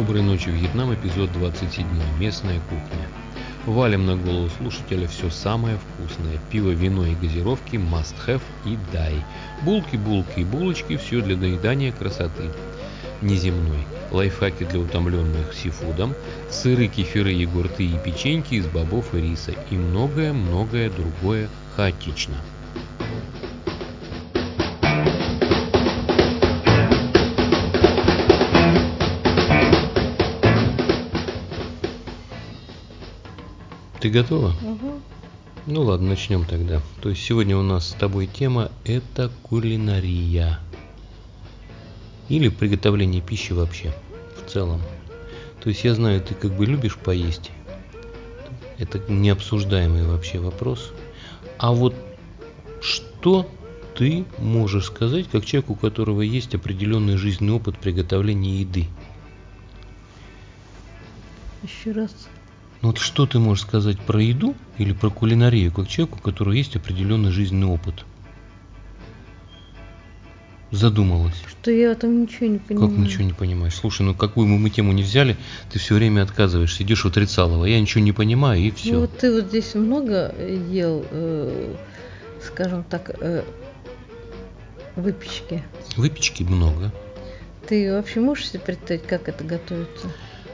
Доброй ночи, Вьетнам, эпизод 27. Местная кухня. Валим на голову слушателя все самое вкусное. Пиво, вино и газировки, must have и дай. Булки, булки и булочки, все для доедания красоты неземной. Лайфхаки для утомленных сифудом, сыры, кефиры, йогурты и печеньки из бобов и риса и многое-многое другое хаотично. Ты готова? Угу. Ну ладно, начнем тогда. То есть сегодня у нас с тобой тема – это кулинария. Или приготовление пищи вообще, в целом. То есть я знаю, ты как бы любишь поесть. Это необсуждаемый вообще вопрос. А вот что ты можешь сказать, как человек, у которого есть определенный жизненный опыт приготовления еды? Еще раз. Ну вот что ты можешь сказать про еду или про кулинарию, как человеку, у которого есть определенный жизненный опыт? Задумалась. Что я в этом ничего не понимаю. Как ничего не понимаешь? Слушай, ну какую мы тему не взяли, ты все время отказываешься, идешь в отрицалово. Я ничего не понимаю, и все. Ну вот ты вот здесь много ел, скажем так, выпечки. Выпечки много. Ты вообще можешь себе представить, как это готовится?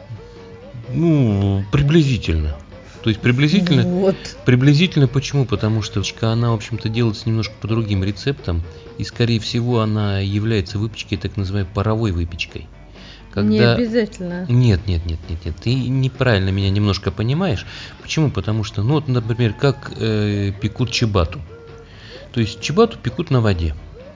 Ну, приблизительно. То есть приблизительно, Вот. приблизительно почему? Потому что выпечка, она, в общем-то, делается немножко по другим рецептам, и, скорее всего, она является выпечкой, так называемой паровой выпечкой. Не обязательно. Нет, ты неправильно меня немножко понимаешь. Почему? Потому что, ну вот, например, как пекут чибату. То есть чибату пекут на воде.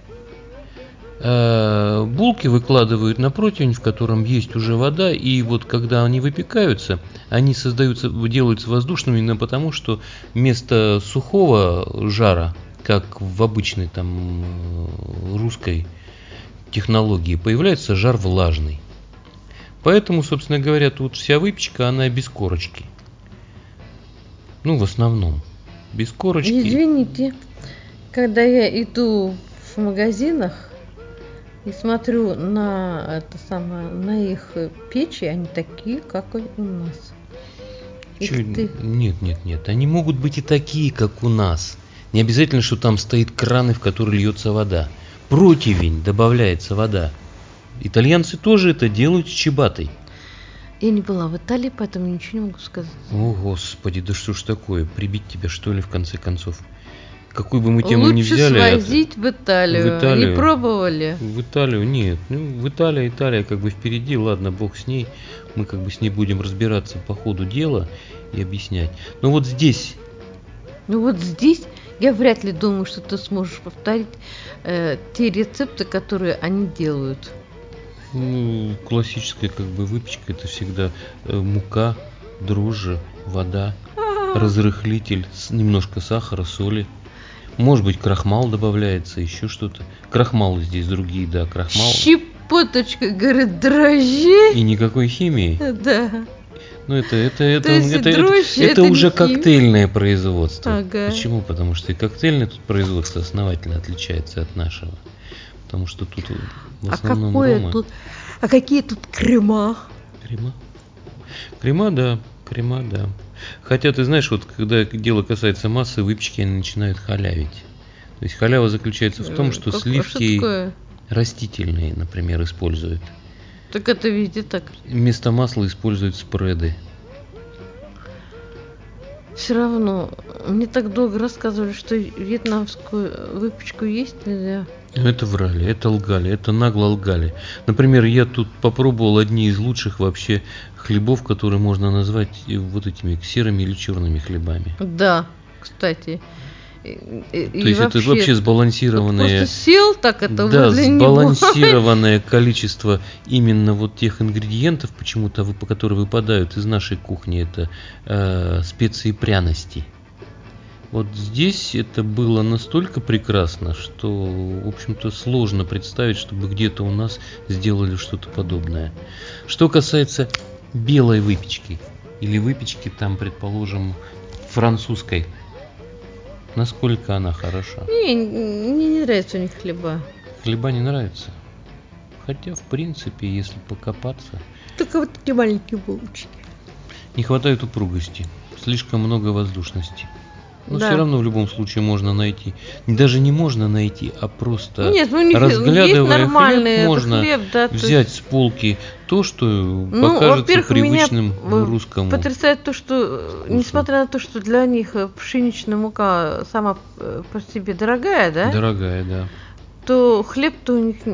Булки выкладывают на противень, в котором есть уже вода, и вот когда они выпекаются, они делаются воздушными именно потому, что вместо сухого жара, как в обычной там русской технологии, появляется жар влажный. Поэтому, собственно говоря, тут вся выпечка, она без корочки. Ну, в основном. Без корочки. Извините, когда я иду в магазинах и смотрю на на их печи, они такие, как и у нас. Нет. Они могут быть и такие, как у нас. Не обязательно, что там стоит кран, в который льется вода. Противень добавляется вода. Итальянцы тоже это делают с чибатой. Я не была в Италии, поэтому ничего не могу сказать. О, Господи, да что ж такое? Прибить тебя, что ли, в конце концов? Какую бы мы тему ни взяли... Лучше свозить в Италию. Не пробовали? В Италию нет. Ну, в Италия как бы впереди, ладно, бог с ней. Мы как бы с ней будем разбираться по ходу дела и объяснять. Но вот здесь... Ну вот здесь я вряд ли думаю, что ты сможешь повторить те рецепты, которые они делают. Ну, классическая как бы выпечка, это всегда мука, дрожжи, вода, разрыхлитель, немножко сахара, соли. Может быть, крахмал добавляется, еще что-то. Крахмалы здесь другие, да, крахмал. Щепоточка, говорит, дрожжей. И никакой химии. Да. Ну, это уже коктейльное производство. Ага. Почему? Потому что и коктейльное тут производство основательно отличается от нашего. Потому что тут в основном рома. А какие тут крема? Крема, да. Хотя, ты знаешь, вот когда дело касается массы, выпечки они начинают халявить. То есть халява заключается в том, что сливки растительные, например, используют. Так это везде так. Вместо масла используют спреды. Все равно, мне так долго рассказывали, что вьетнамскую выпечку есть нельзя. Это врали, это лгали, это нагло лгали. Например, я тут попробовал одни из лучших вообще хлебов, которые можно назвать вот этими серыми или черными хлебами. Да, кстати. То есть это вообще сбалансированное... Просто сел так это да, возле сбалансированное количество именно вот тех ингредиентов, почему-то, которые выпадают из нашей кухни, это специи и пряности. Вот здесь это было настолько прекрасно, что, в общем-то, сложно представить, чтобы где-то у нас сделали что-то подобное. Что касается белой выпечки, или выпечки, там, предположим, французской, насколько она хороша? Мне не нравятся у них хлеба. Хлеба не нравится? Хотя, в принципе, если покопаться, Только вот такие маленькие булочки. не хватает упругости, слишком много воздушности. Но Да. все равно в любом случае можно найти. Даже не можно найти, а просто Нет, ну у них есть разглядывая нормальный хлеб, это можно хлеб, да, то взять есть. с полки то, что Ну, покажется во-первых, меня привычным русскому. потрясает то, что, вкусу. несмотря на то, что для них пшеничная мука сама по себе дорогая, да, Дорогая, да. то хлеб-то у них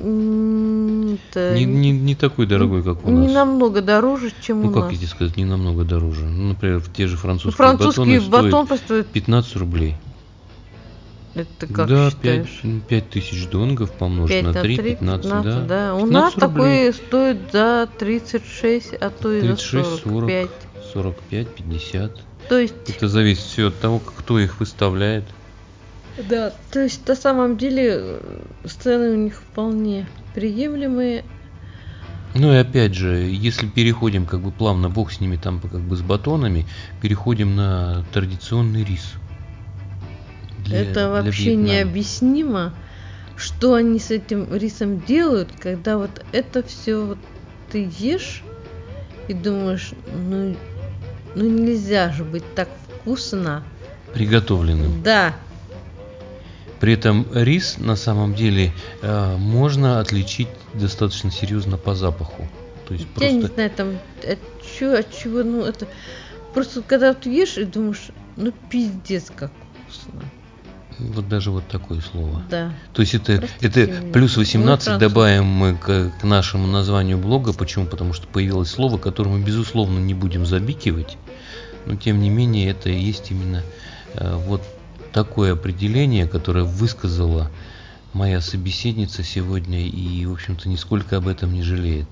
Не такой дорогой, как у не нас. намного дороже, чем Ну, у как нас. тебе сказать, не намного дороже. Ну, например, те же Ну, французские французский батоны батон стоят стоит, 15 рублей. это ты как Да, считаешь? 5 тысяч донгов помножить 5 на на 3, 3, 15, 15, да. да. У нас 15 рублей. такой стоит за 36, а то и за 36, 45. 45, 50. То есть, Это зависит все от того, кто их выставляет. да, то есть на самом деле цены у них вполне приемлемые. Ну и опять же, если переходим как бы плавно, бог с ними там как бы с батонами, переходим на традиционный рис. Это Для вообще Вьетнама. необъяснимо, что они с этим рисом делают, когда вот это все вот ты ешь и думаешь, ну нельзя же быть так вкусно. Приготовленным. Да, При этом рис на самом деле можно отличить достаточно серьезно по запаху. То есть я не просто знаю, там от чего, ну это просто когда ты ешь и думаешь, ну пиздец как вкусно. вот даже вот такое слово. Да. То есть это Простите плюс меня. 18 Мой добавим мы к нашему названию блога. Почему? Потому что появилось слово, которое мы, безусловно, не будем забикивать. Но тем не менее это и есть именно вот такое определение, которое высказала моя собеседница сегодня и, в общем-то, нисколько об этом не жалеет.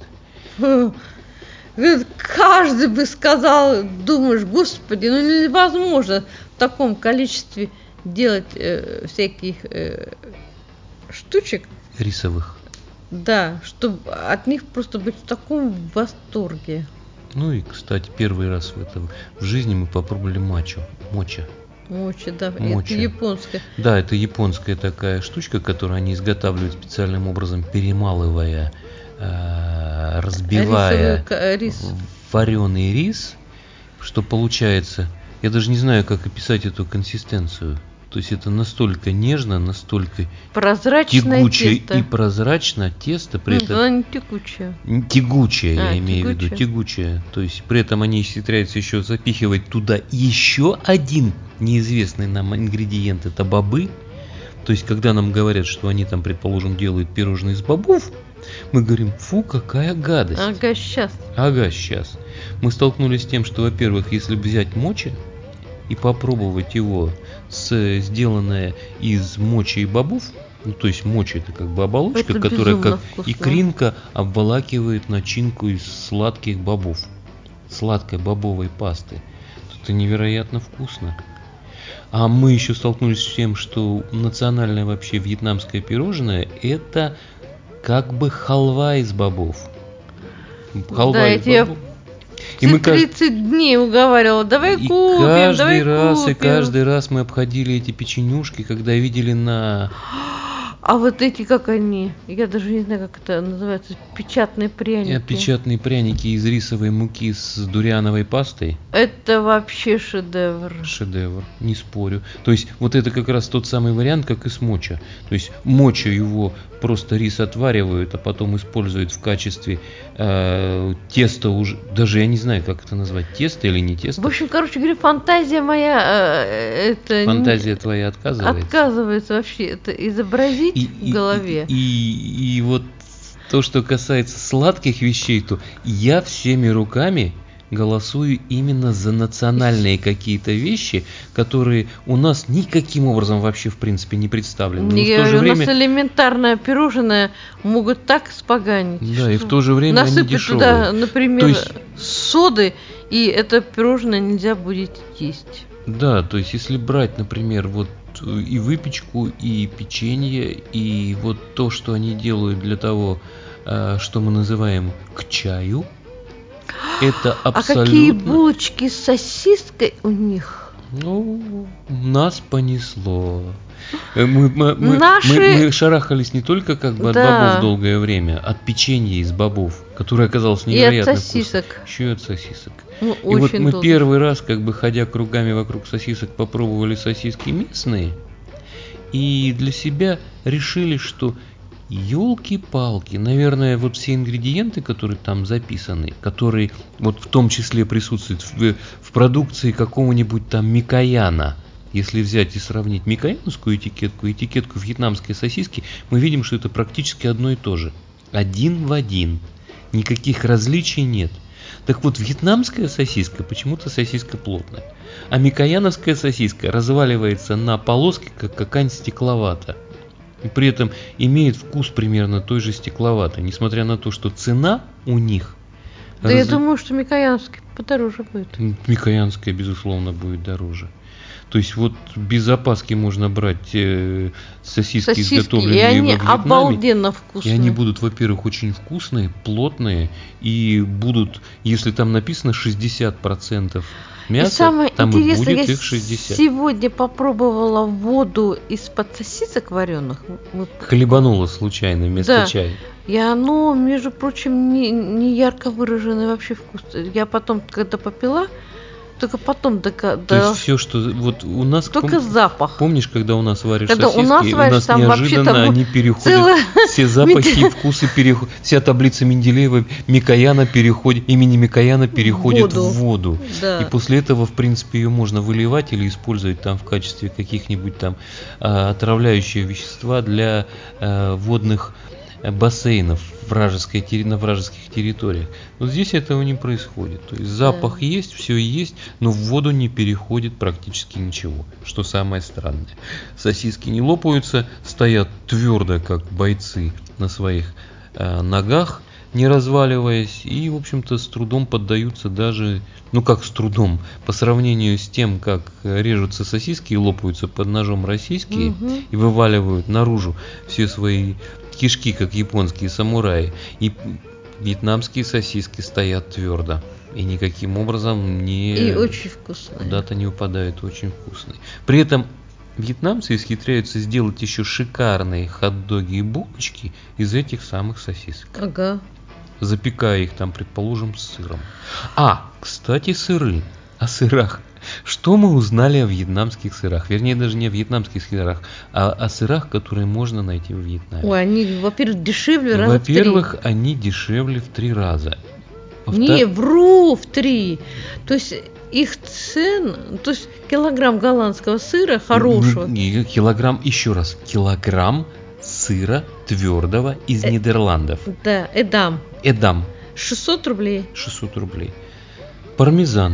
Каждый бы сказал, думаешь, господи, ну невозможно в таком количестве делать всяких штучек, Рисовых. да, чтобы от них просто быть в таком восторге. Ну и, кстати, первый раз в жизни мы попробовали моча. Моча, да, Моча. это японская. Да, это японская такая штучка, которую они изготавливают специальным образом, перемалывая, разбивая Рис. вареный рис, что получается, я даже не знаю, как описать эту консистенцию. То есть это настолько нежно, настолько Прозрачное тягучее тесто. и прозрачно тесто, при этом Она не текучая. тягучее, я имею в виду, тягучая. тягучее. То есть при этом они ухитряются еще запихивать туда еще один неизвестный нам ингредиент, это бобы. То есть когда нам говорят, что они там, предположим, делают пирожные из бобов, мы говорим, фу, какая гадость. Ага, сейчас. Мы столкнулись с тем, что, во-первых, если взять мочи и попробовать его сделанное из мочи и бобов, ну, то есть моча это как бы оболочка, это которая как вкусно. икринка обволакивает начинку из сладких бобов, сладкой бобовой пасты. Это невероятно вкусно. А мы еще столкнулись с тем, что национальное вообще вьетнамское пирожное это как бы халва из бобов. Халва из бобов. И мы 30 дней уговаривала, давай купим, давай купим. И каждый раз мы обходили эти печенюшки, когда видели на... А вот эти, как они, я даже не знаю, как это называется, печатные пряники. Печатные пряники из рисовой муки с дуриановой пастой. Это вообще шедевр. Шедевр, не спорю. То есть вот это как раз тот самый вариант, как и с моча. То есть моча его просто рис отваривают, а потом используют в качестве теста уже. Даже я не знаю, как это назвать, тесто или не тесто. В общем, короче говоря, фантазия моя... Фантазия твоя отказывается. Отказывается вообще это изобразить в голове. И вот то, что касается сладких вещей, то я всеми руками голосую именно за национальные какие-то вещи, которые у нас никаким образом вообще в принципе не представлены. Я говорю, у нас элементарное пирожное могут так испоганить. Да, и в то же время они дешевые. Насыпать туда, например, соды, и это пирожное нельзя будет есть. Да, то есть если брать, например, вот и выпечку, и печенье, и вот то, что они делают для того, что мы называем к чаю, это абсолютно... А какие булочки с сосиской у них? Ну, нас понесло. Мы Наши... шарахались не только как бы от Да. бобов долгое время, от печенья из бобов, которое оказалось И от невероятно сосисок. вкусным. Еще и от сосисок. Мы И вот очень мы долго. первый раз, как бы ходя кругами вокруг сосисок, попробовали сосиски местные. И для себя решили, что елки-палки, наверное, вот все ингредиенты, которые там записаны, которые вот в том числе присутствуют в продукции какого-нибудь там Микояна, если взять и сравнить микояновскую этикетку и этикетку вьетнамской сосиски, мы видим, что это практически одно и то же. Один в один. Никаких различий нет. Так вот, вьетнамская сосиска почему-то сосиска плотная, а микояновская сосиска разваливается на полоски, как какая-нибудь стекловата. И при этом имеет вкус примерно той же стекловатой, несмотря на то, что цена у них... Да я думаю, что Микояновский подороже будет. Микоянская, безусловно, будет дороже. То есть вот без опаски можно брать сосиски, изготовленные и они во Вьетнаме. Обалденно вкусные. И они будут, во-первых, очень вкусные, плотные, и будут, если там написано 60% мяса, и самое там интересное, и будет я их 60. сегодня попробовала воду из-под сосисок вареных. Хлебанула случайно вместо чая. И оно, между прочим, не ярко выраженный вообще вкус. Я потом, когда попила, только потом То есть все, что вот у нас... Только запах. Помнишь, когда у нас варишь когда сосиски, у нас там неожиданно они переходят, все запахи и вкусы переходят, вся таблица Менделеева имени Микояна переходит в воду. Да. И после этого, в принципе, ее можно выливать или использовать там в качестве каких-нибудь там отравляющих вещества для водных бассейнов на вражеских территориях. Вот здесь этого не происходит. То есть запах есть, все есть, но в воду не переходит практически ничего, что самое странное. Сосиски не лопаются, стоят твердо, как бойцы на своих ногах, не разваливаясь, и, в общем-то, с трудом поддаются даже, ну как с трудом, по сравнению с тем, как режутся сосиски и лопаются под ножом российские, и вываливают наружу все свои кишки, как японские самураи, и вьетнамские сосиски стоят твердо и никаким образом и очень вкусные. Куда-то не упадают, очень вкусные. При этом вьетнамцы исхитряются сделать еще шикарные хот-доги и булочки из этих самых сосисок. Ага. Запекая их там, предположим, с сыром. Кстати, сыры. О сырах. Что мы узнали о вьетнамских сырах? Вернее, даже не о вьетнамских сырах, а о сырах, которые можно найти в Вьетнаме. Ой, они, во-первых, дешевле раза в 3. Во-первых, они дешевле в 3 раза. Не, вру, в 3. То есть их цен, то есть килограмм голландского сыра хорошего. Килограмм сыра твердого из Нидерландов. Да, Эдам. 600 рублей. 600 рублей. Пармезан.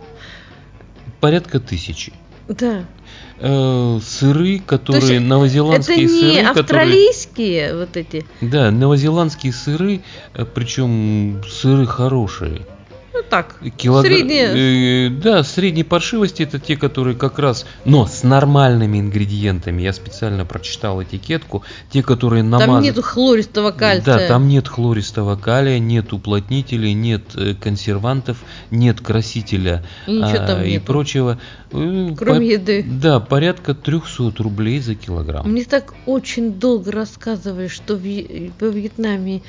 Порядка 1000. Да. Сыры, которые новозеландские сыры. Это не сыры, австралийские вот эти. Да, новозеландские сыры, причем сыры хорошие. Ну так, средние. Да, средней паршивости это те, которые как раз, но с нормальными ингредиентами. Я специально прочитал этикетку. Те, которые намазаны. Там нету хлористого кальция. Да, там нет хлористого калия, нет уплотнителей, нет консервантов, нет красителя и прочего. Кроме еды. Да, порядка 300 рублей за килограмм. Мне так очень долго рассказывали, что во Вьетнаме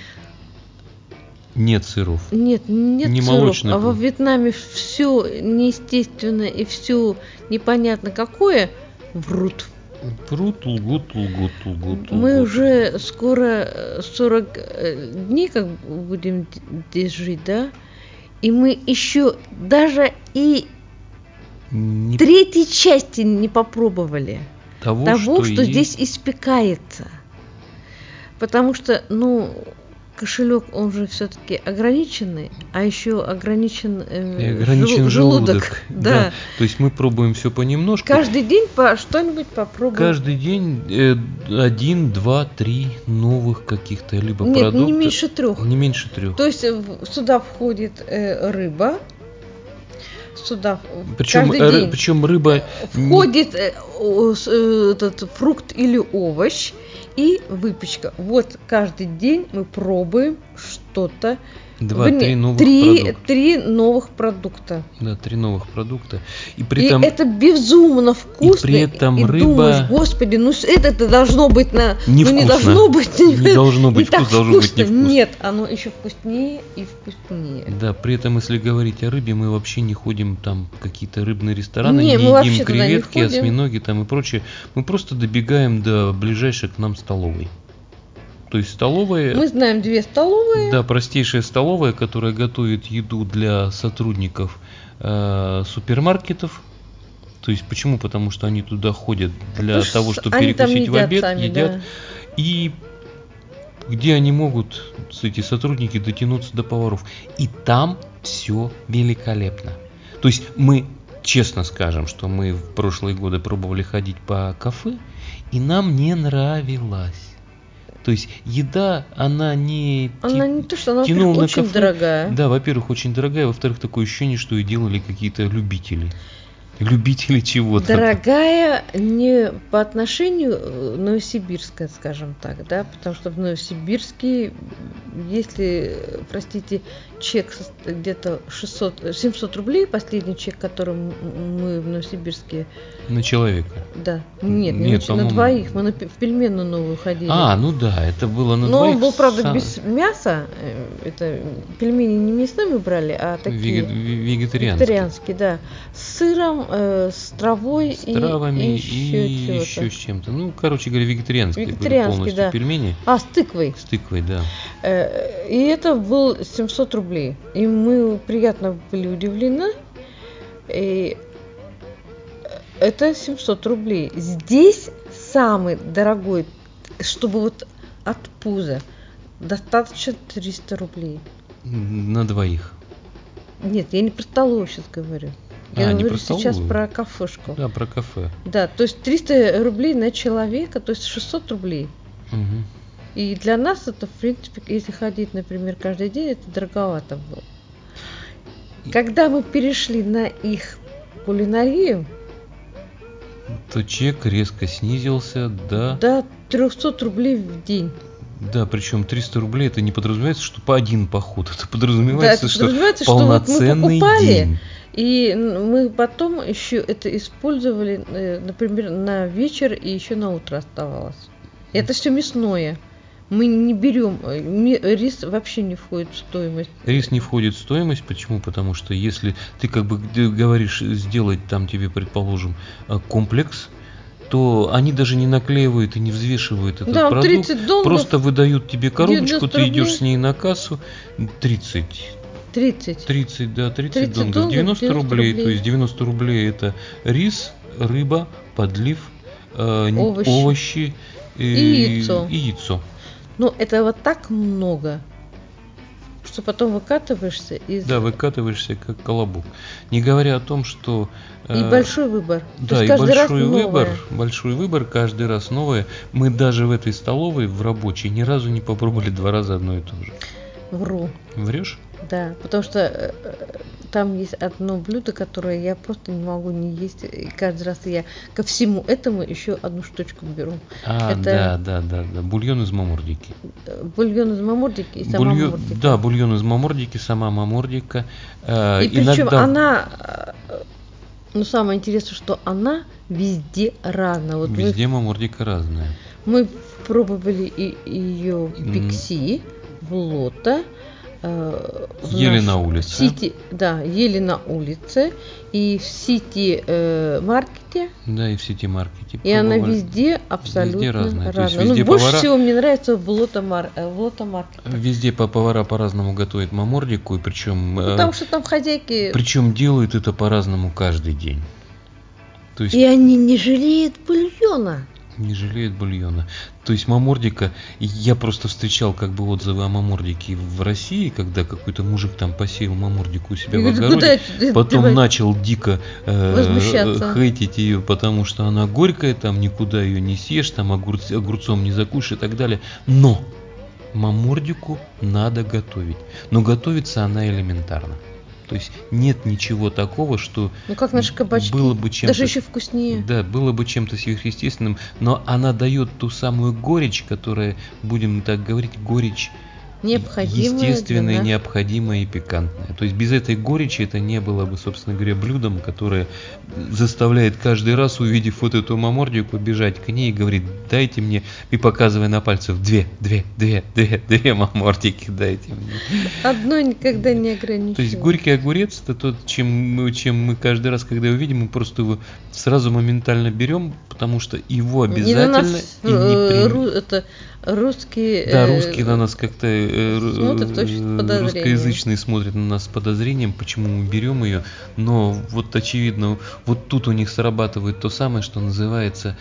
нет сыров. Нет не сыров, а во Вьетнаме все неестественно и все непонятно какое, врут. Лгут. Мы уже скоро 40 дней как будем здесь жить, да? И мы еще даже и третьей части не попробовали того, что здесь испекается. Потому что, кошелек, он же все-таки ограниченный, а еще ограничен желудок. Да. То есть мы пробуем все понемножку. Каждый день что-нибудь попробуем. Каждый день 1, 2, 3 новых каких-то либо продуктов. Нет, не меньше 3. Не меньше 3. То есть сюда входит рыба. Причем рыба входит этот фрукт или овощ и выпечка. Вот каждый день мы пробуем что-то Три новых продукта. 3 новых продукта. Да, 3 новых продукта. И при этом это безумно вкусно. И при этом и рыба... думаешь, господи, это должно быть невкусно. не должно быть. Не должно быть так вкусно, должно быть невкусно. Нет, оно еще вкуснее и вкуснее. Да, при этом, если говорить о рыбе, мы вообще не ходим там в какие-то рыбные рестораны, не едим креветки, осьминоги там и прочее. Мы просто добегаем до ближайшей к нам столовой. То есть столовая... Мы знаем 2 столовые. Да, простейшая столовая, которая готовит еду для сотрудников супермаркетов. То есть почему? Потому что они туда ходят для того, чтобы перекусить в обед, едят. Да. И где они могут, эти сотрудники, дотянуться до поваров. И там все великолепно. То есть мы честно скажем, что мы в прошлые годы пробовали ходить по кафе, и нам не нравилось. То есть еда, она не то, что она тянула на очень кафе. Дорогая. Да, во-первых, очень дорогая, во-вторых, такое ощущение, что ее делали какие-то любители. Любители чего-то. Дорогая не по отношению Новосибирска, скажем так, да, потому что в Новосибирске, если, простите, чек где-то 700 рублей, последний чек, который мы в Новосибирске... На человека? Да. Нет, на двоих. Мы в пельменную новую ходили. Ну да, это было на Но двоих. Он был, правда, без мяса. Это пельмени не мясные мы брали, а такие... Вегетарианские, да. С сыром, с травой с травами и еще с чем-то. Короче говоря, вегетарианские были полностью да. пельмени. С тыквой. С тыквой, да. И это был 700 рублей. И мы приятно были удивлены. И это 700 рублей. Здесь самый дорогой, чтобы вот от пуза, достаточно 300 рублей. На двоих? Нет, я не про столовую сейчас говорю. Я говорю сейчас про кафешку. Да, про кафе. Да, то есть 300 рублей на человека, то есть 600 рублей. Угу. И для нас это, в принципе, если ходить, например, каждый день, это дороговато было. Когда мы перешли на их кулинарию, то чек резко снизился до 300 рублей в день. Да, причем 300 рублей это не подразумевается, что по один поход, это подразумевается, что полноценный вот мы покупали, день. И мы потом еще это использовали, например, на вечер и еще на утро оставалось. Это все мясное. Мы не берем, рис вообще не входит в стоимость. Рис не входит в стоимость, почему? Потому что если ты говоришь сделать там тебе, предположим, комплекс, то они даже не наклеивают и не взвешивают этот продукт, 30 долларов, просто выдают тебе коробочку, ты идешь рублей. с ней на кассу, 30 донгов, 90 рублей, то есть 90 рублей это рис, рыба, подлив, овощи и яйцо. Это вот так много, что потом выкатываешься из... Да, выкатываешься как колобок. Не говоря о том, что... И большой выбор. Да, и большой выбор, каждый раз новое. Мы даже в этой столовой, в рабочей, ни разу не попробовали 2 раза одно и то же. Вру. Врешь? Да, потому что там есть одно блюдо, которое я просто не могу не есть. И каждый раз я ко всему этому еще одну штучку беру. Да. Бульон из мамордики. Бульон из мамордики и сама мамордика. Да, бульон из мамордики, сама мамордика. И причем она... самое интересное, что она везде разная. Везде мамордика разная. Мы пробовали ее в Пикси, в Лото. Ели на улице. Ели на улице. И в Сити-маркете. Да, и в Сити-маркете. И она везде абсолютно разная. Больше всего мне нравится в Лото-маркете. Везде повара по-разному готовят мамордику, и причем... потому что там хозяйки... Причем делают это по-разному каждый день. То есть... И они не жалеют бульона. Не жалеет бульона. То есть мамордика, я просто встречал отзывы о мамордике в России, когда какой-то мужик там посеял мамордику у себя в огороде, потом начал дико хейтить ее, потому что она горькая, там никуда ее не съешь, там огурцом не закусишь и так далее. Но мамордику надо готовить. Но готовится она элементарно. То есть нет ничего такого, что как наши кабачки, было бы чем-то, даже еще вкуснее. Да, было бы чем-то сверхъестественным, но она дает ту самую горечь, которая, будем так говорить, горечь Необходимое естественное, для нас. необходимое и пикантное. То есть без этой горечи это не было бы, собственно говоря, блюдом, которое заставляет каждый раз, увидев вот эту мамордику, бежать к ней и говорить: дайте мне, и показывая на пальцах, две мамордики дайте мне. Одно никогда не То есть ограничивает. горький огурец это тот, чем мы каждый раз, когда его видим, мы просто его сразу моментально берем, потому что его И на обязательно нас и непременно. это русские Да, русские на нас как-то смотрят очень с подозрением. русскоязычные смотрят на нас с подозрением, почему мы берем ее, но вот очевидно, вот тут у них срабатывает то самое, что называется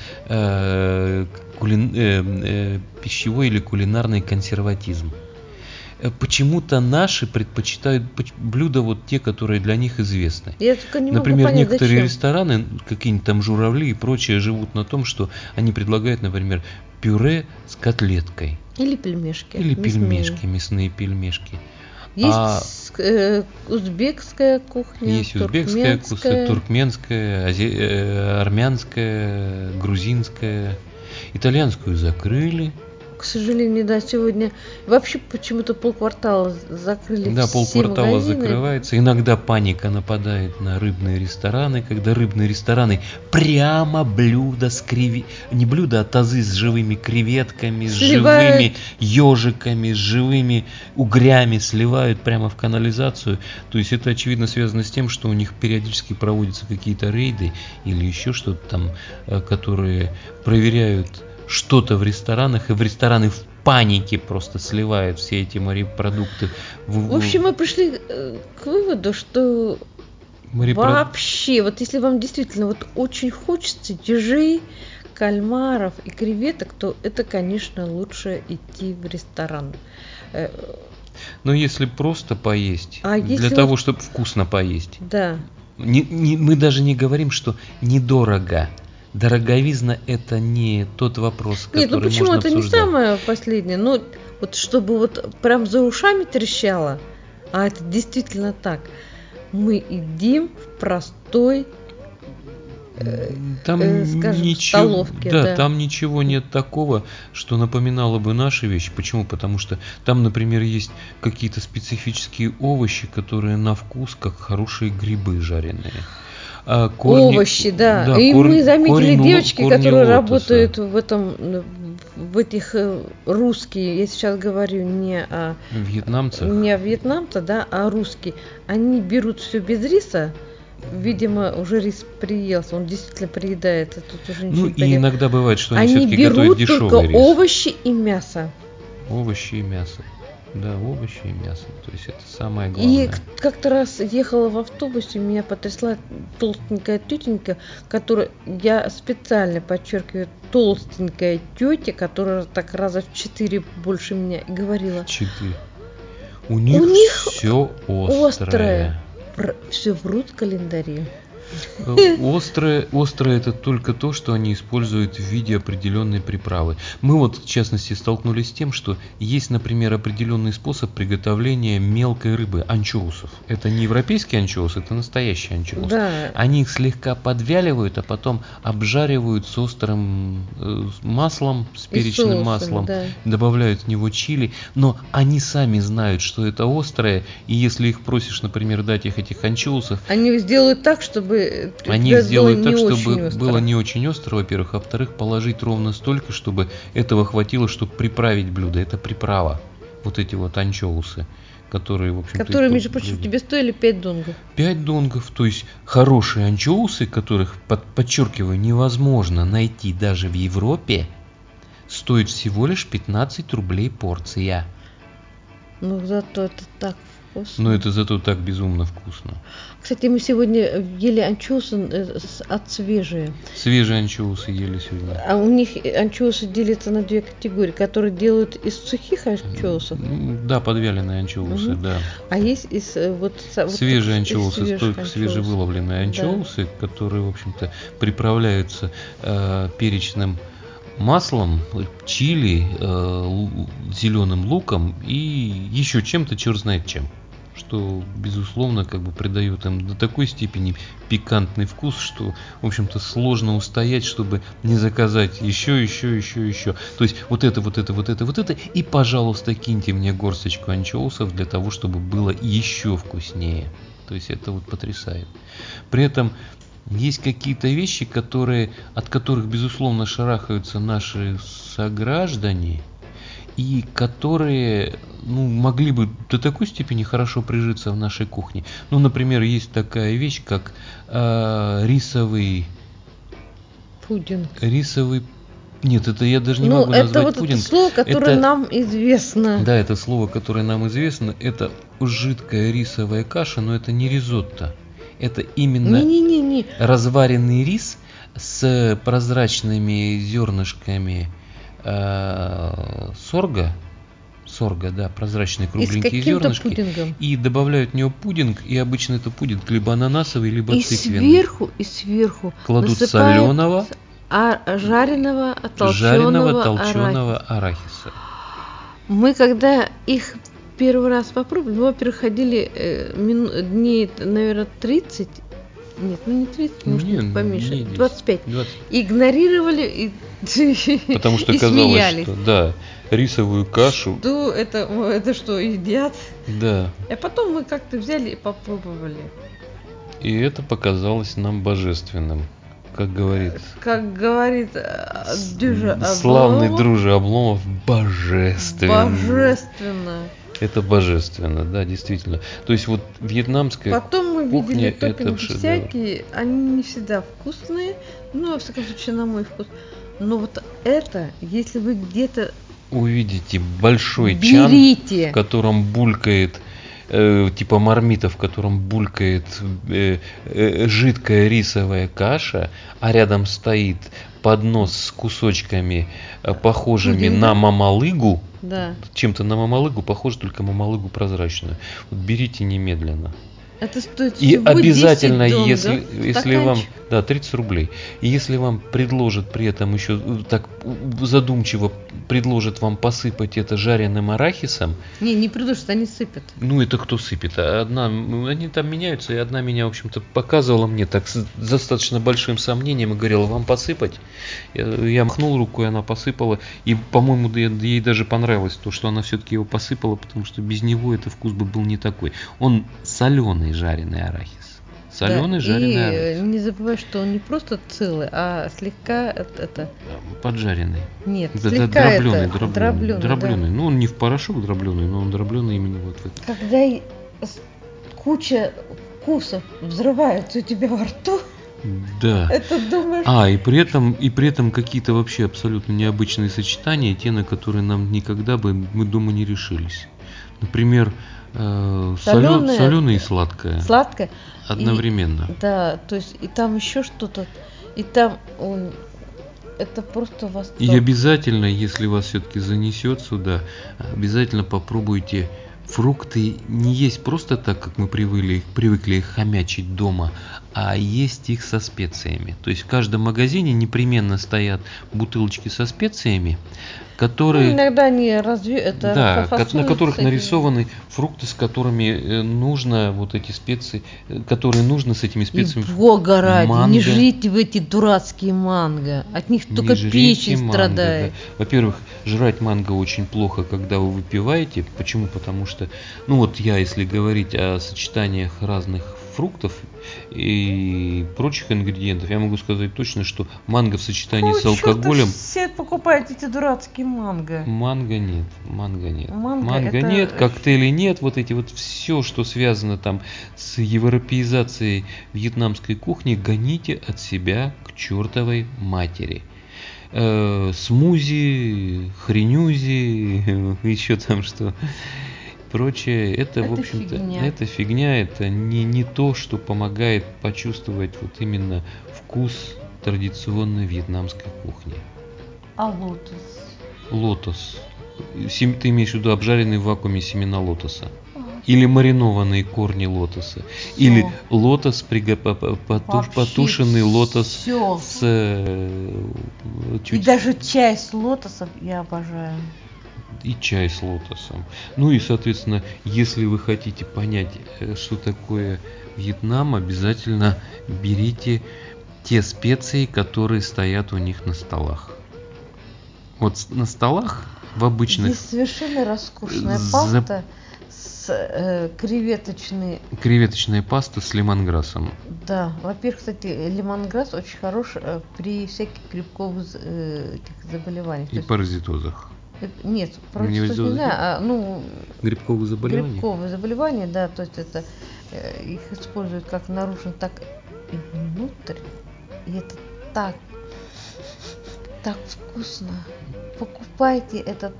пищевой или кулинарный консерватизм. Почему-то наши предпочитают блюда вот те, которые для них известны. Я только не могу Например, понять, некоторые зачем. рестораны, какие-нибудь там журавли и прочее, живут на том, что они предлагают, например, пюре с котлеткой. Или пельмешки. Или мясные. пельмешки, мясные пельмешки. Есть узбекская кухня, Есть узбекская кухня, туркменская, армянская, грузинская. Итальянскую закрыли. К сожалению, да, сегодня вообще почему-то полквартала закрыли Да, все полквартала магазины. закрывается. Иногда паника нападает на рыбные рестораны, когда рыбные рестораны прямо блюда с не блюда, а тазы с живыми креветками, с Сливают. живыми ежиками, с живыми угрями сливают прямо в канализацию. То есть это очевидно связано с тем, что у них периодически проводятся какие-то рейды или еще что-то там, которые проверяют что-то в ресторанах, и в рестораны в панике просто сливают все эти морепродукты. В общем, мы пришли к выводу, что вообще, вот если вам действительно вот очень хочется ежей, кальмаров и креветок, то это, конечно, лучше идти в ресторан. Но если просто поесть, А для если того, вот- чтобы вкусно поесть, Да. мы даже не говорим, что недорого. Дороговизна – это не тот вопрос, Нет, ну который почему можно это не обсуждать. самое последнее? Ну, вот чтобы вот прям за ушами трещало, а это действительно так. Мы едим в простой, Там скажем, ничего, столовке, да, да. там ничего нет такого, что напоминало бы наши вещи. Почему? Потому что там, например, есть какие-то специфические овощи, которые на вкус как хорошие грибы жареные. Овощи, да. И корень, мы заметили корень девочки, корни которые лотоса. работают в этих русские, я сейчас говорю не о Вьетнамцах. не о вьетнамце, да, а русские. Они берут все без риса. Видимо, уже рис приелся, он действительно приедает, тут уже ничего Ну не и поделать. иногда бывает, что они Они все-таки готовят берут дешевый только рис. овощи и мясо. Овощи и мясо. Да, овощи и мясо. То есть это самое И главное. как-то раз ехала в автобусе, меня потрясла толстенькая тетенька, которая, я специально подчеркиваю, толстенькая тетя, которая так раза в 4 больше меня, и говорила: 4. У них все острое. Все врут в календаре. Острое это только то, что они используют в виде определенной приправы. Мы вот, в частности, столкнулись с тем, что есть, например, определенный способ приготовления мелкой рыбы, анчоусов. Это не европейский анчоус, это настоящий анчоус. Да. Они их слегка подвяливают, а потом обжаривают с острым маслом, с перечным маслом, да. добавляют в него чили, но они сами знают, что это острое, и если их просишь, например, дать их этих анчоусов, они сделают так, чтобы они сделают было так, не чтобы очень остро. было не очень остро, во-первых, а во-вторых, положить ровно столько, чтобы этого хватило, чтобы приправить блюдо. Это приправа. Вот эти вот анчоусы, которые, в общем-то... Которые, между прочим, тебе стоили 5 донгов. 5 донгов, то есть хорошие анчоусы, которых, подчеркиваю, невозможно найти даже в Европе, стоят всего лишь 15 рублей порция. Ну, зато это так вкусно. Но это зато так безумно вкусно. Кстати, мы сегодня ели анчоусы от свежие. Свежие анчоусы ели сегодня. А у них анчоусы делятся на 2 категории, которые делают из сухих анчоусов. Да, подвяленные анчоусы, да. А есть из свежие анчоусы, из только свежевыловленные анчоусы, да, которые, в общем-то, приправляются перечным маслом, чили, зеленым луком и еще чем-то, черт знает чем. что, безусловно, как бы придает им до такой степени пикантный вкус, что, в общем-то, сложно устоять, чтобы не заказать еще. То есть вот это, и, пожалуйста, киньте мне горсточку анчоусов для того, чтобы было еще вкуснее. То есть это вот потрясает. При этом есть какие-то вещи, от которых, безусловно, шарахаются наши сограждане, и которые могли бы до такой степени хорошо прижиться в нашей кухне. Ну, например, есть такая вещь, как рисовый Пудинг. Нет, это я даже не могу назвать вот пудинг. Это слово, которое нам известно. Да, это слово, которое нам известно. Это жидкая рисовая каша, но это не ризотто. Это именно Не. разваренный рис с прозрачными зернышками сорга, да, прозрачные кругленькие зернышки. Пудингом. И добавляют в него пудинг, и обычно это пудинг либо ананасовый, либо тыквенный. И сверху кладут соленого, жареного толченого арахиса. Мы когда их первый раз попробовали, мы, во-первых, ходили дней, наверное, 30. Нет, не 30, может, поменьше. 25. Игнорировали потому что и казалось, смеялись. что да, рисовую кашу. Что это что, едят? Да. А потом мы как-то взяли и попробовали. И это показалось нам божественным. Как говорит Дюжа Обломов. Славный друже Обломов, божественно. Божественно. Это божественно, да, действительно. То есть вот вьетнамская Потом мы кухня, видели топпинги всякие, они не всегда вкусные, во всяком случае, на мой вкус. Но вот это, если вы где-то увидите большой чан, в котором булькает типа мармита, в котором булькает жидкая рисовая каша, а рядом стоит поднос с кусочками, похожими на мамалыгу. Да. Чем-то на мамалыгу похоже, только мамалыгу прозрачную. Вот берите немедленно. Это стоит и обязательно, 10 если вам, да, 30 рублей. И если вам предложат при этом еще так задумчиво предложат вам посыпать это жареным арахисом. Не предложат, они сыпят. Ну, это кто сыпет? Они там меняются, и одна меня, в общем-то, показывала мне так с достаточно большим сомнением и говорила, вам посыпать? Я махнул рукой, она посыпала. И, по-моему, ей даже понравилось то, что она все-таки его посыпала, потому что без него этот вкус бы был не такой. Он соленый жареный арахис. Соленый жареный арахис. И не забывай, что он не просто целый, а слегка поджаренный. Нет, слегка дробленый. Да. Ну, он не в порошок дробленый, но он дробленый именно вот в это. Когда куча вкусов взрывается у тебя во рту. Да. Это думаешь. И при этом какие-то вообще абсолютно необычные сочетания, те, на которые нам никогда бы мы дома не решились. Например, соленое и сладкое. Сладкое. Одновременно. Да, то есть и там еще что-то, и там это просто восторг. И обязательно, если вас все-таки занесет сюда, обязательно попробуйте фрукты не есть просто так, как мы привыкли их хомячить дома, а есть их со специями. То есть в каждом магазине непременно стоят бутылочки со специями, которые... иногда они на которых нарисованы фрукты, с которыми нужно вот эти специи, которые нужно с этими специями. И бога ради, манго. Не жрите в эти дурацкие манго, от них только печень страдает. Да. Во-первых, жрать манго очень плохо, когда вы выпиваете. Почему? Потому что, я, если говорить о сочетаниях разных фруктов и прочих ингредиентов, я могу сказать точно, что манго в сочетании с алкоголем... Все покупают эти дурацкие манго. Манго нет. Манго нет, коктейлей нет, вот эти вот все, что связано там с европеизацией вьетнамской кухни, гоните от себя к чертовой матери. Смузи, хренюзи, еще там что... Прочее, это в общем-то, это фигня, это не то, что помогает почувствовать вот именно вкус традиционной вьетнамской кухни. А лотос? Лотос. Ты имеешь в виду обжаренные в вакууме семена лотоса? Или маринованные корни лотоса? Или лотос, потушенный лотос и даже часть лотосов я обожаю. и чай с лотосом. Ну и, соответственно, если вы хотите понять, что такое Вьетнам, обязательно берите те специи, которые стоят у них на столах. Вот на столах в обычных... Есть совершенно роскошная паста с креветочной... Креветочная паста с лемонграссом. Да, во-первых, кстати, лемонграсс очень хорош при всяких грибковых заболеваниях. И паразитозах. Нет, паразитоз не знаю, грибковые заболевания. Грибковые заболевания, да, то есть это их используют как наружно, так и внутрь. И это так вкусно. Покупайте этот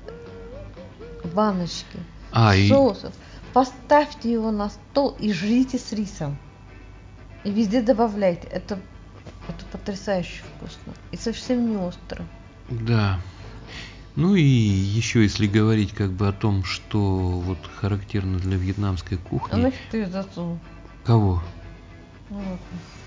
баночки соусов, поставьте его на стол и жрите с рисом. И везде добавляйте. Это потрясающе вкусно. И совсем не остро. Да. Ну и еще если говорить как бы о том, что вот характерно для вьетнамской кухни. А нафиг ты засунул? Кого? Ну, ладно.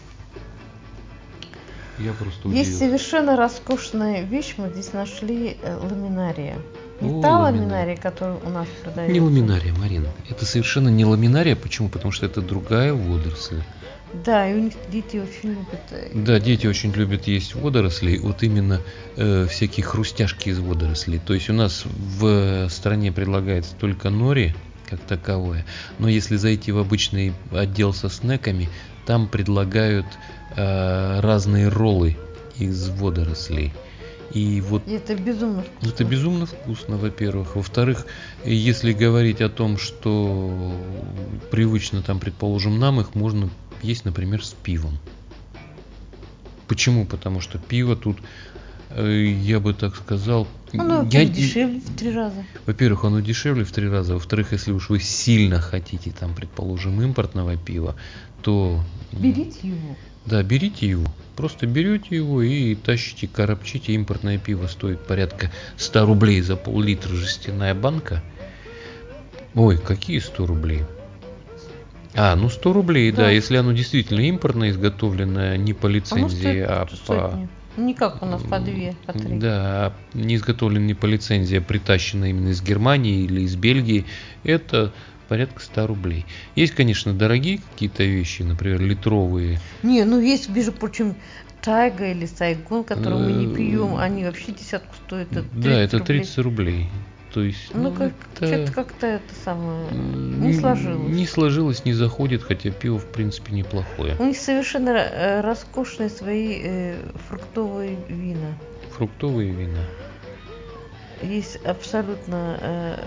Я просто удивился. Есть совершенно роскошная вещь, мы здесь нашли ламинария. Не та ламинария, которая у нас продается. Не ламинария, Марина. Это совершенно не ламинария. Почему? Потому что это другая водоросль. Да, и у них дети очень любят. Да, дети очень любят есть водоросли. Вот именно всякие хрустяшки из водорослей. То есть у нас в стране предлагается только нори как таковое. Но если зайти в обычный отдел со снеками, там предлагают разные роллы из водорослей. И вот это безумно вкусно. Это безумно вкусно, во-первых. Во-вторых, если говорить о том, что привычно там, предположим, нам, их можно есть, например, с пивом. Почему? Потому что пиво тут, я бы так сказал... Оно дешевле в 3 раза. Во-первых, оно дешевле в 3 раза. Во-вторых, если уж вы сильно хотите, там, предположим, импортного пива, то... Берите его. Да, берите его. Просто берете его и тащите, коробчите. Импортное пиво стоит порядка 100 рублей за пол-литра, жестяная банка. Ой, какие 100 рублей? 100 рублей, да, если оно действительно импортное, изготовленное не по лицензии, а по... Не как у нас по 2, по 3. Да, не изготовлено не по лицензии, а притащено именно из Германии или из Бельгии, это порядка 100 рублей. Есть, конечно, дорогие какие-то вещи, например, литровые. Не, есть, между прочим, Тайга или Сайгон, которые мы не пьем, они вообще десятку стоят. Да, это 30 рублей. То есть, как-то это самое не сложилось. Не сложилось, не заходит, хотя пиво, в принципе, неплохое. У них совершенно роскошные свои фруктовые вина. Фруктовые вина. Есть абсолютно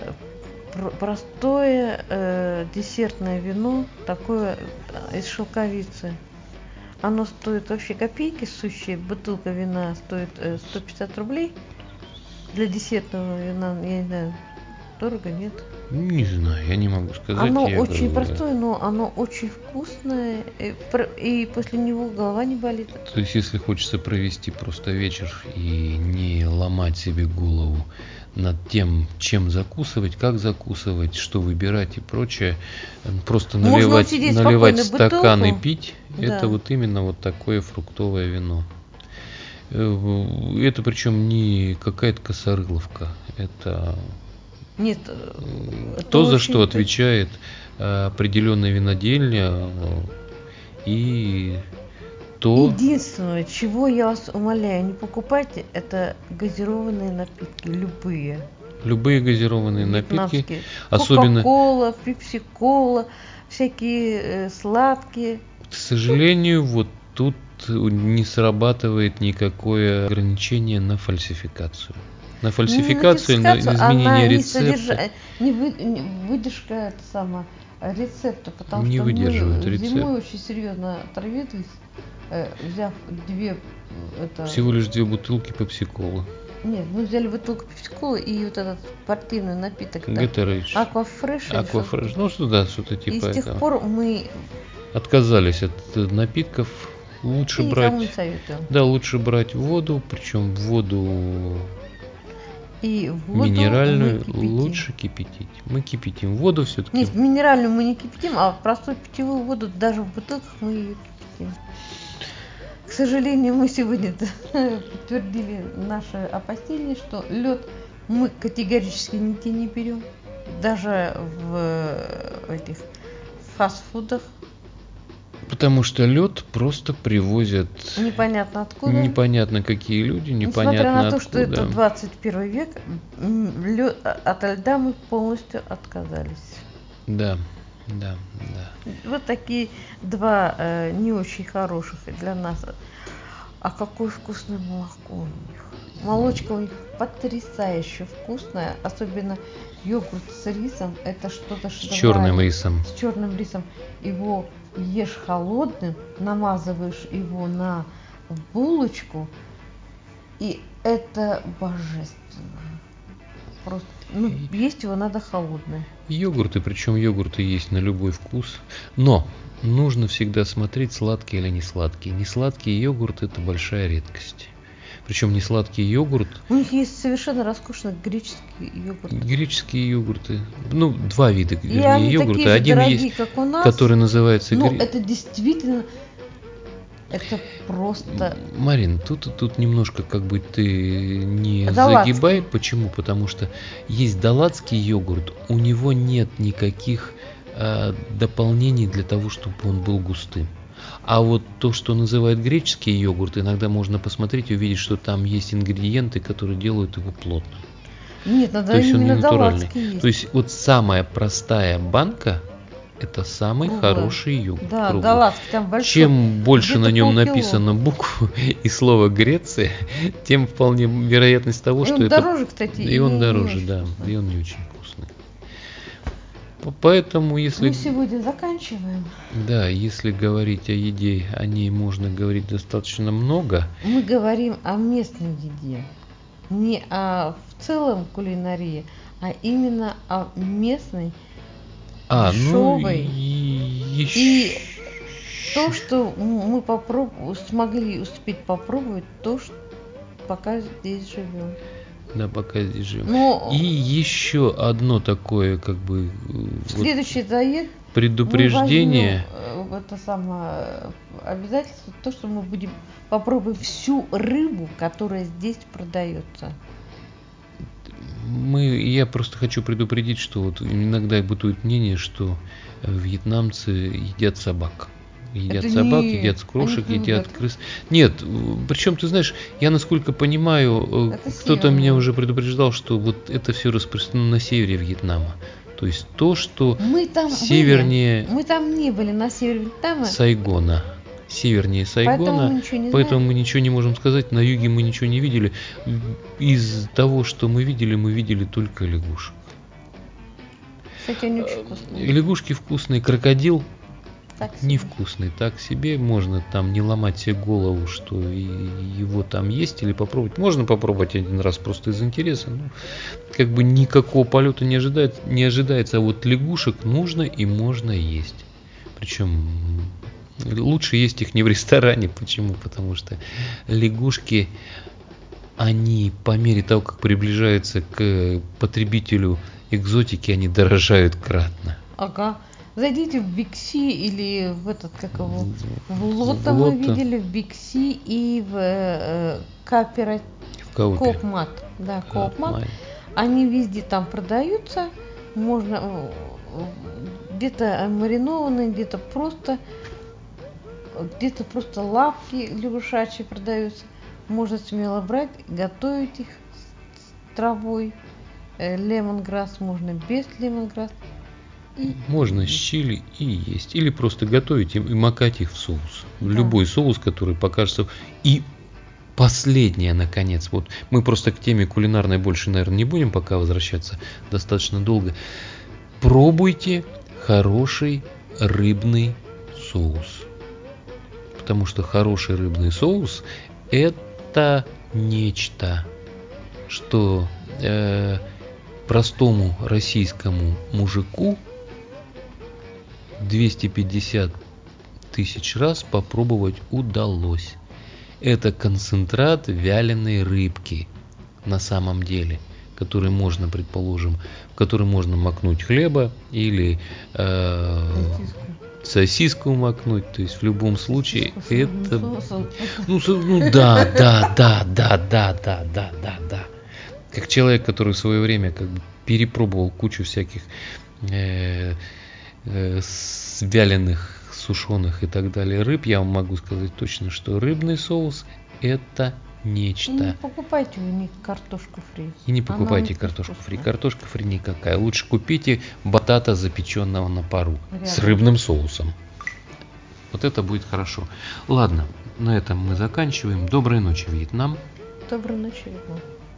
простое десертное вино, такое из шелковицы. Оно стоит вообще копейки сущие. Бутылка вина стоит 150 рублей. Для десертного вина, я не знаю, дорого, нет? Не знаю, я не могу сказать. Оно очень простое, но оно очень вкусное, и после него голова не болит. То есть, если хочется провести просто вечер и не ломать себе голову над тем, чем закусывать, как закусывать, что выбирать и прочее, просто наливать стакан и пить, да. Это вот именно вот такое фруктовое вино. Это причем не какая-то косорыловка, это нет, то, за что отвечает определенная винодельня, и то... Единственное, чего я вас умоляю, не покупайте, это газированные напитки, любые. Любые газированные напитки, особенно Кока-кола, пепси-кола, всякие сладкие. К сожалению, вот тут не срабатывает никакое ограничение на фальсификацию. На фальсификацию, на изменение рецепта. Не выдержка рецепта, потому не что выдерживает мы рецепт. Зимой очень серьезно отравились, взяв всего лишь 2 бутылки пепси-колы. Нет, мы взяли бутылку пепси-колы и вот этот спортивный напиток. Gatorade. Аквафреш. Что-то типа этого. И с тех пор мы отказались от напитков. Лучше брать. Никому не советую. Да, лучше брать воду, причем воду минеральную лучше кипятить. Мы кипятим воду все-таки. Нет, минеральную мы не кипятим, а простую питьевую воду даже в бутылках мы ее кипятим. К сожалению, мы сегодня подтвердили наше опасение, что лед Мы категорически нигде не берем. Даже в этих фастфудах. Потому что лед просто привозят Непонятно откуда. непонятно какие люди, непонятно Несмотря на то, откуда. что это 21 век, от льда мы полностью отказались. Да. Вот такие два не очень хороших для нас. А какое вкусное молоко у них. Молочка у них потрясающе вкусная, особенно йогурт с рисом. Это что-то С черным рисом. С черным рисом. Его ешь холодным, намазываешь его на булочку, и это божественно. Просто, есть его надо холодным. Йогурты, причем йогурты есть на любой вкус. Но нужно всегда смотреть, сладкий или не сладкий. Несладкий йогурт – это большая редкость. Причем несладкий йогурт... У них есть совершенно роскошный греческий йогурт. Греческие йогурты. Два вида, вернее, йогурта. Такие же один дорогие, есть, как у нас, который называется... это действительно... Это просто... Марин, тут немножко как бы ты не Далатский. загибай. Почему? Потому что есть далатский йогурт, у него нет никаких дополнений для того, чтобы он был густым. А вот то, что называют греческий йогурт, иногда можно посмотреть и увидеть, что там есть ингредиенты, которые делают его плотным. Нет, надо то есть он не именно натуральный. далатский есть. То есть вот самая простая банка – это самый Круглая. Хороший йогурт. Да, далатский там большой. Чем больше на нем полкило. написано букв и слово Греция, тем вполне вероятность того, И что он это... дороже, кстати. И он дороже, да. И он не очень вкусный. Поэтому, если... Мы сегодня заканчиваем. Да, если говорить о еде, о ней можно говорить достаточно много. Мы говорим о местной еде. Не в целом кулинарии, а именно о местной, дешевой. И то, что мы смогли успеть попробовать, то, что пока здесь живем. Да, пока здесь живем. Но и еще одно такое, как бы... Следующий заезд предупреждение. Мы возьмем это самое обязательство, то, что мы будем попробовать всю рыбу, которая здесь продается. Я просто хочу предупредить, что вот иногда бытует мнение, что вьетнамцы едят собак. Едят это собак, не... едят крошек, едят крыс. Нет, причем, ты знаешь, я насколько понимаю, кто-то меня уже предупреждал, что вот это все распространено на севере Вьетнама. То есть то, что мы там севернее... Мы там не были, на севере Вьетнама. Сайгона. Севернее Сайгона, поэтому мы ничего не можем сказать. На юге мы ничего не видели. Из того, что мы видели только лягушек. Кстати, они очень вкусные. Лягушки вкусные, крокодил так невкусный, так себе. Можно там не ломать себе голову, что его там есть, или попробовать. Можно попробовать один раз просто из интереса. Но как бы никакого полета не ожидается. А вот лягушек нужно и можно есть. Причем лучше есть их не в ресторане. Почему? Потому что лягушки, они по мере того, как приближаются к потребителю экзотики, они дорожают кратно. Ага. Зайдите в Бикси или в этот, как его, в Лотто мы видели, в Бикси и в Коопмат. Да, Коопмат. Они везде там продаются. Можно где-то маринованные, где-то просто лапки лягушачьи продаются. Можно смело брать, готовить их с травой. Лемонграсс можно без лемонграсс. Можно с чили и есть. Или просто готовить и макать их в соус. Да. Любой соус, который покажется. И последнее, наконец. Вот мы просто к теме кулинарной больше, наверное, не будем пока возвращаться достаточно долго. Пробуйте хороший рыбный соус. Потому что хороший рыбный соус – это нечто, что простому российскому мужику 250 тысяч раз попробовать удалось. Это концентрат вяленой рыбки на самом деле, который можно, предположим, в который можно макнуть хлеба или сосиску макнуть, то есть в любом случае это... да. Как человек, который в свое время как бы перепробовал кучу всяких вяленых, сушеных и так далее рыб, я вам могу сказать точно, что рыбный соус это нечто. И не покупайте у них картошку фри. И не покупайте картошку фри. Картошка фри никакая. Лучше купите батата, запеченного на пару, с рыбным соусом. Вот это будет хорошо. Ладно, на этом мы заканчиваем. Доброй ночи, Вьетнам. Доброй ночи, Вьетнам.